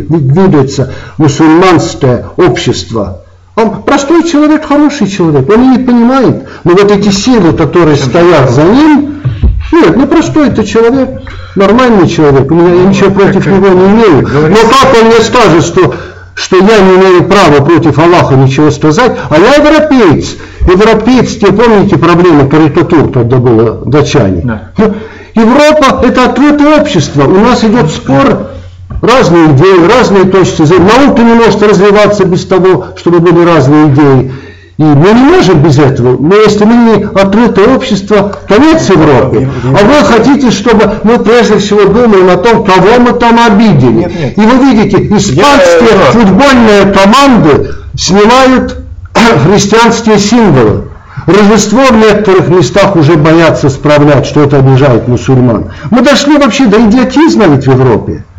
мусульманское общество. Он простой человек, хороший человек, он и не понимает. Но вот эти силы, которые стоят за ним, нет, ну простой это человек, нормальный человек, я ничего против него не имею. Но как он мне скажет, что я не имею права против Аллаха ничего сказать, а я европеец. Европеец, те помните проблему карикатур, когда было датчане? Да. Европа это открытое общество. У нас идет спор, разные идеи, разные точки зрения. Наука не может развиваться без того, чтобы были разные идеи. И мы не можем без этого. Но если мы не открытое общество, конец Европы. А вы хотите, чтобы мы прежде всего думаем о том, кого мы там обидели. Нет. И вы видите, испанские футбольные команды снимают христианские символы. Рождество в некоторых местах уже боятся справлять, что это обижает мусульман. Мы дошли вообще до идиотизма ведь в Европе.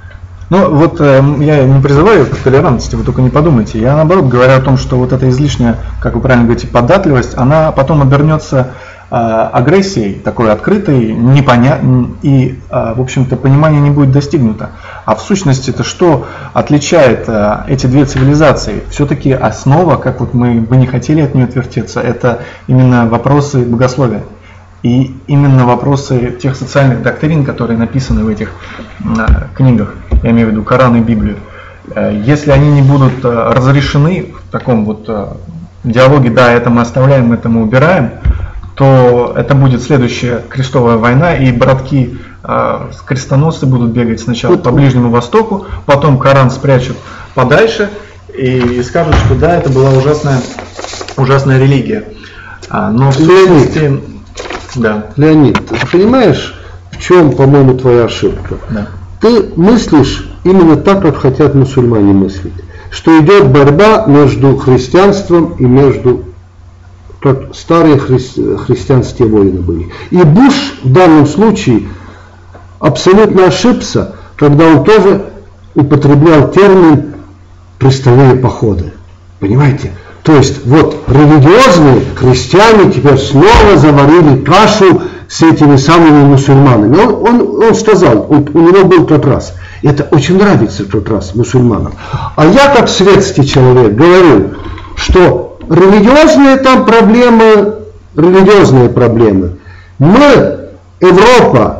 Ну вот я не призываю к толерантности, вы только не подумайте. Я наоборот говорю о том, что вот эта излишняя, как вы правильно говорите, податливость, она потом обернется агрессией, такой открытой, непонятной, и, в общем-то, понимание не будет достигнуто. А в сущности это что отличает эти две цивилизации? Все-таки основа, как вот мы бы не хотели от нее отвертеться, это именно вопросы богословия. И именно вопросы тех социальных доктрин, которые написаны в этих книгах, я имею в виду Коран и Библию. Если они не будут разрешены в таком вот диалоге, да, это мы оставляем, это мы убираем, то это будет следующая крестовая война, и братки крестоносцы будут бегать сначала по Ближнему Востоку, потом Коран спрячут подальше и скажут, что да, это была ужасная религия. Но в сущности... Да. Леонид, ты понимаешь, в чем, по-моему, твоя ошибка? Да. Ты мыслишь именно так, как хотят мусульмане мыслить. Что идет борьба между христианством и между... как старые христианские войны были. И Буш в данном случае абсолютно ошибся, когда он тоже употреблял термин «крестовые походы». Понимаете? То есть вот религиозные христиане теперь снова заварили кашу с этими самыми мусульманами. Он сказал, у него был тот раз. Это очень нравится тот раз мусульманам. А я как светский человек говорю, что религиозные там проблемы, религиозные проблемы. Мы, Европа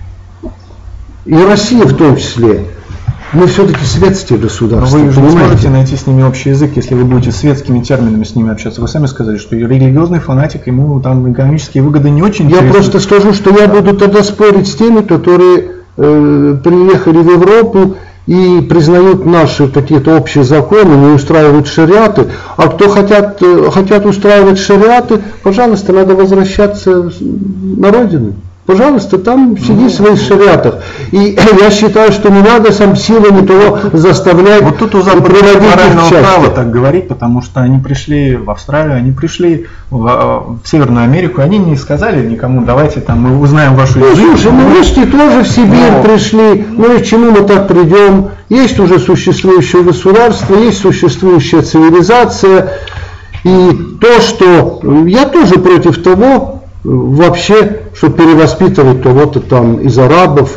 и Россия в том числе, мы все-таки светские государства. Но вы же не сможете найти с ними общий язык, если вы будете светскими терминами с ними общаться. Вы сами сказали, что религиозный фанатик, ему там экономические выгоды не очень интересны. Я просто скажу, что я буду тогда спорить с теми, которые приехали в Европу и признают наши какие-то общие законы, не устраивают шариаты. А кто хотят устраивать шариаты, пожалуйста, надо возвращаться на родину. Пожалуйста, там сиди в своих шариатах. И я считаю, что не надо сам силами того заставлять. Вот тут у Запада морального права так говорить, потому что они пришли в Австралию, они пришли в Северную Америку, они не сказали никому, давайте там мы узнаем вашу язык. Слушай, мы русские тоже в Сибирь пришли, ну и к чему мы так придем? Есть уже существующее государство, есть существующая цивилизация. И то, что я тоже против того, вообще, чтобы перевоспитывать кого-то там из арабов,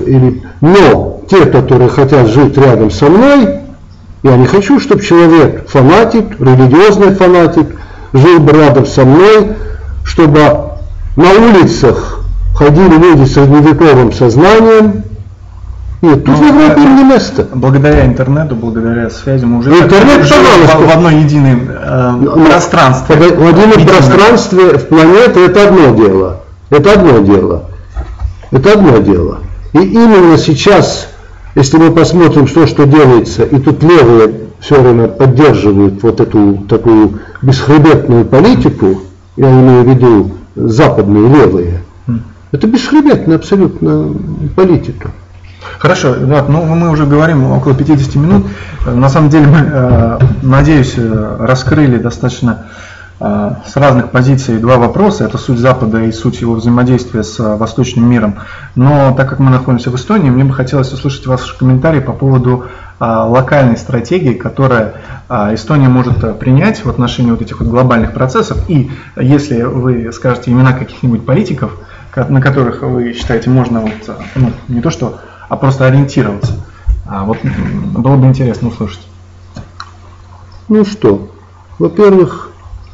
но те, которые хотят жить рядом со мной, я не хочу, чтобы человек, фанатик, религиозный фанатик, жил бы рядом со мной, чтобы на улицах ходили люди с средневековым сознанием. Нет, тут в Европе им не место. Благодаря интернету, благодаря связи мы уже живем в одной единой пространстве. В едином пространстве в планете это одно дело. Это одно дело. Это одно дело. И именно сейчас, если мы посмотрим, что делается, и тут левые все время поддерживают вот эту такую бесхребетную политику, я имею в виду западные левые, это бесхребетная абсолютно политика. Хорошо, Влад, ну мы уже говорим около 50 минут. На самом деле мы, надеюсь, раскрыли достаточно с разных позиций два вопроса. Это суть Запада и суть его взаимодействия с восточным миром. Но так как мы находимся в Эстонии, мне бы хотелось услышать ваши комментарии по поводу локальной стратегии, которую Эстония может принять в отношении вот этих вот глобальных процессов. И если вы скажете имена каких-нибудь политиков, на которых вы считаете можно вот, ну, не то что, а просто ориентироваться. Вот было бы интересно услышать. Ну что, во-первых,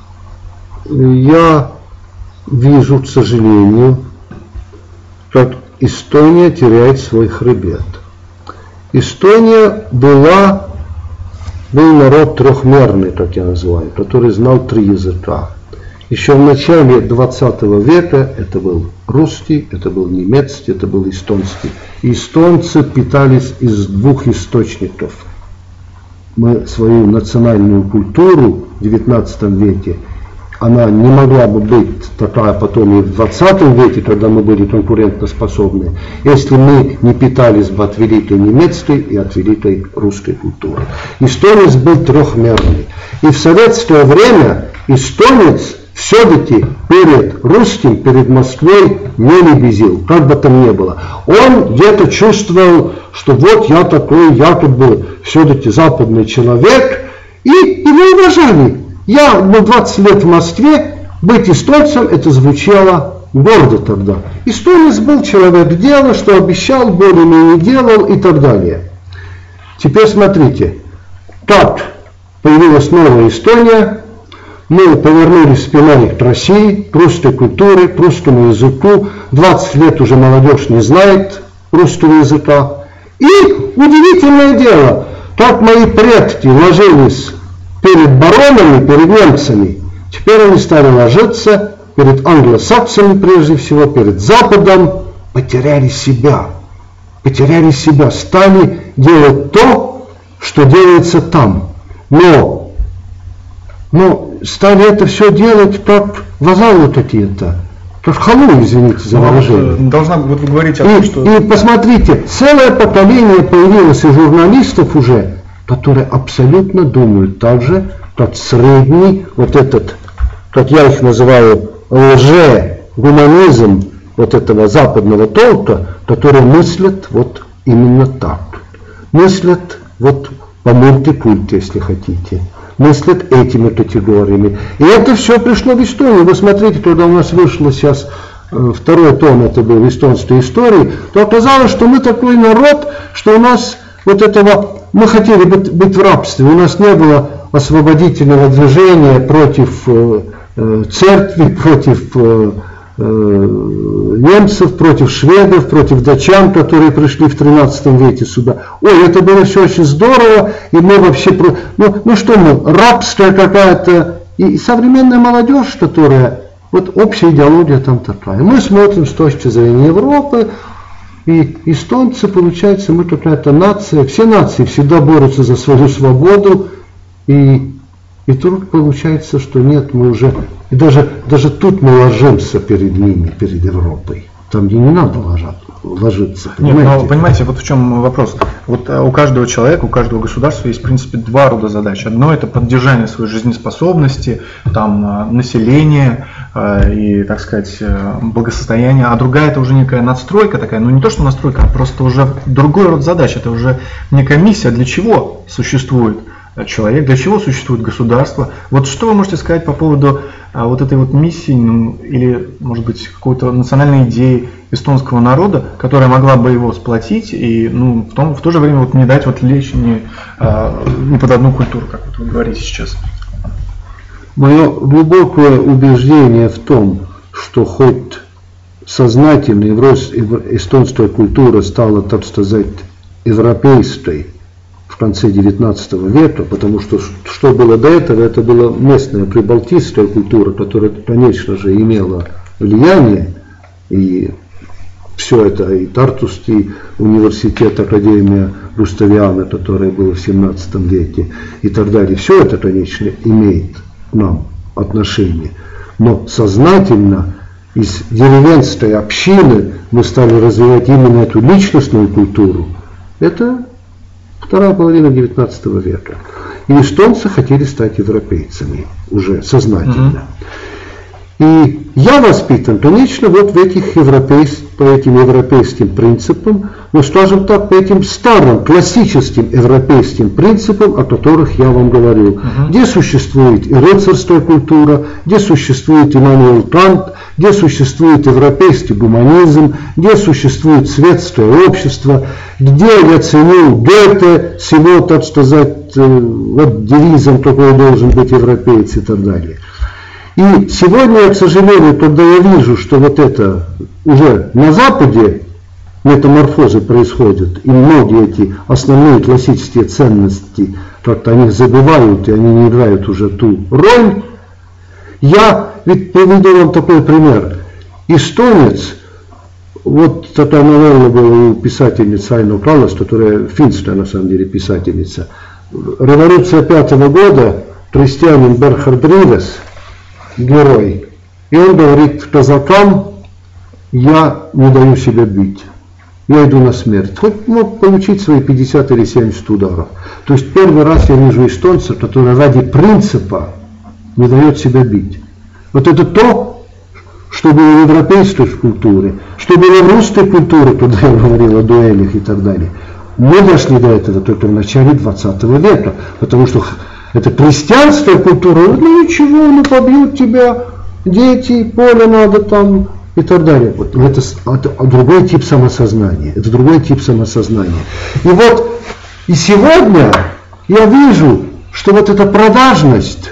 я вижу, к сожалению, как Эстония теряет свой хребет. Эстония был народ трехмерный, как я называю, который знал 3 языка. Еще в начале 20 века это был русский, это был немецкий, это был эстонский. И эстонцы питались из 2 источников. Мы свою национальную культуру в 19 веке, она не могла бы быть такая потом и в 20 веке, когда мы были конкурентоспособны, если мы не питались бы от великой немецкой и от великой русской культуры. Эстонец был трехмерный. И в советское время эстонец все-таки перед русским, перед Москвой не лебезил, как бы там ни было. Он где-то чувствовал, что вот я такой якобы все-таки западный человек, и его уважали. Я был 20 лет в Москве, быть эстонцем, это звучало гордо тогда. Эстонец был человек дела, что обещал, более-менее делал и так далее. Теперь смотрите, как появилась новая Эстония, мы повернулись спиной к России, к русской культуре, к русскому языку. 20 лет уже молодежь не знает русского языка. И удивительное дело, как мои предки ложились перед баронами, перед немцами, теперь они стали ложиться перед англосаксами прежде всего, перед Западом, потеряли себя, стали делать то, что делается там. Но стали это все делать как вазалы какие-то, как халуи, извините за выражение. Должна вот вы говорите о том, что... И посмотрите, целое поколение появилось и журналистов уже, которые абсолютно думают так же, как средний, вот этот, как я их называю, лже-гуманизм вот этого западного толка, которые мыслят вот именно так. Мыслят вот по мультипульте, если хотите. Мыслят этими категориями. И это все пришло в Эстонию. Вы смотрите, когда у нас вышло сейчас второй том, это был эстонской истории, то оказалось, что мы такой народ, что у нас вот этого, мы хотели быть в рабстве, у нас не было освободительного движения против церкви, против немцев, против шведов, против датчан, которые пришли в 13 веке сюда. Ой, это было все очень здорово, и мы вообще... Ну что мы, рабская какая-то... И современная молодежь, которая... Вот общая идеология там такая. Мы смотрим с точки зрения Европы, и эстонцы, получается, мы какая-то нация. Все нации всегда борются за свою свободу, и тут получается, что нет, мы уже... И даже тут мы ложимся перед ними, перед Европой. Там, где не надо ложиться. Понимаете? Нет, но понимаете, вот в чем вопрос. Вот у каждого человека, у каждого государства есть, в принципе, два рода задач. Одно – это поддержание своей жизнеспособности, там, населения и, так сказать, благосостояния. А другая – это уже некая надстройка такая. Ну, не то, что настройка, а просто уже другой род задач. Это уже некая миссия, для чего существует человек, для чего существует государство. Вот что вы можете сказать по поводу вот этой вот миссии, ну, или, может быть, какой-то национальной идеи эстонского народа, которая могла бы его сплотить и, ну, в то же время вот не дать вот лечь не под одну культуру, как вот вы говорите сейчас? Мое глубокое убеждение в том, что хоть сознательно эстонская культура стала, так сказать, европейской в конце XIX века, потому что было до этого, это была местная прибалтийская культура, которая, конечно же, имела влияние, и все это, и Тартусский университет, Академия Густавиана, которая была в XVII веке, и так далее, все это, конечно, имеет к нам отношение. Но сознательно из деревенской общины мы стали развивать именно эту личностную культуру. Это вторая половина XIX века. И эстонцы хотели стать европейцами уже сознательно. И я воспитан, конечно, вот по этим европейским принципам, но, скажем так, по этим старым, классическим европейским принципам, о которых я вам говорил. Где существует и рыцарская культура, где существует Иммануил Кант, где существует европейский гуманизм, где существует светское общество, где я ценю Гёте с его, так сказать, вот девизом, какой должен быть европеец и так далее. И сегодня, к сожалению, когда я вижу, что вот это уже на Западе метаморфозы происходят, и многие эти основные классические ценности как-то о них забывают, и они не играют уже ту роль, я ведь приведу вам такой пример. Эстонец, вот такая новелла была у писательницы Aino Kallas, которая финская на самом деле писательница. Революция 5-го года, крестьянин Берхард Ривес, герой. И он говорит казакам: я не даю себя бить, я иду на смерть. Хоть мог получить свои 50 или 70 ударов. То есть первый раз я вижу эстонца, который ради принципа не дает себя бить. Вот это то, что было в европейской культуре, что было в русской культуре, когда я говорил о дуэлях и так далее. Мы дошли до этого только в начале 20 века, потому что это крестьянская культура, ну ничего, ну побьют тебя, дети, поле надо там и так далее. Вот это другой тип самосознания, это другой тип самосознания. И вот и сегодня я вижу, что вот эта продажность,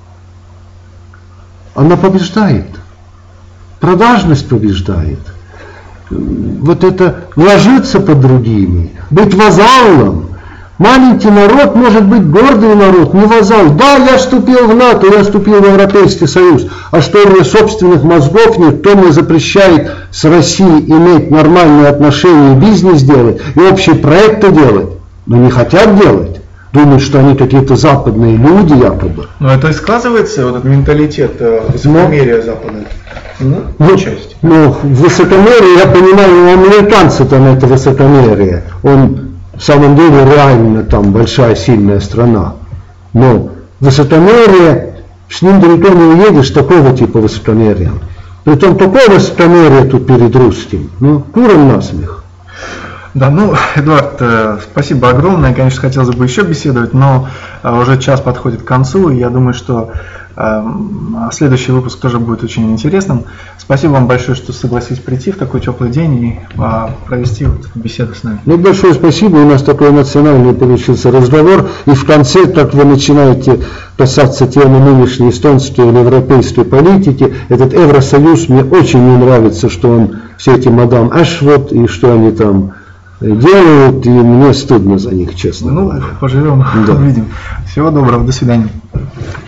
она побеждает. Продажность побеждает. Вот это ложиться под другими, быть вазалом. Маленький народ может быть гордый народ, не вазал. Да, я вступил в НАТО, я вступил в Европейский Союз. А что, у меня собственных мозгов нет? Кто мне запрещает с Россией иметь нормальные отношения, бизнес делать и общие проекты делать? Но не хотят делать. Думают, что они какие-то западные люди якобы. Ну это и сказывается, вот этот менталитет высокомерия Запада. Часть. Ну, высокомерие, я понимаю, у американцев там это высокомерие. Он в самом деле реально там большая сильная страна. Но высокомерие, с ним далеко не уедешь, такого типа высокомерия. Притом такое высокомерие тут перед русским. Ну, куром насмех. Да, ну, Эдуард, спасибо огромное. Конечно, хотелось бы еще беседовать, но уже час подходит к концу, и я думаю, что следующий выпуск тоже будет очень интересным. Спасибо вам большое, что согласились прийти в такой теплый день и провести вот беседу с нами. Ну, большое спасибо. У нас такой эмоциональный получился разговор. И в конце, как вы начинаете касаться темы нынешней эстонской или европейской политики, этот Евросоюз, мне очень не нравится, что он, все эти мадам Ашвот и что они там делают, и мне стыдно за них, честно говоря. Ну, поживем, увидим. Всего доброго, до свидания.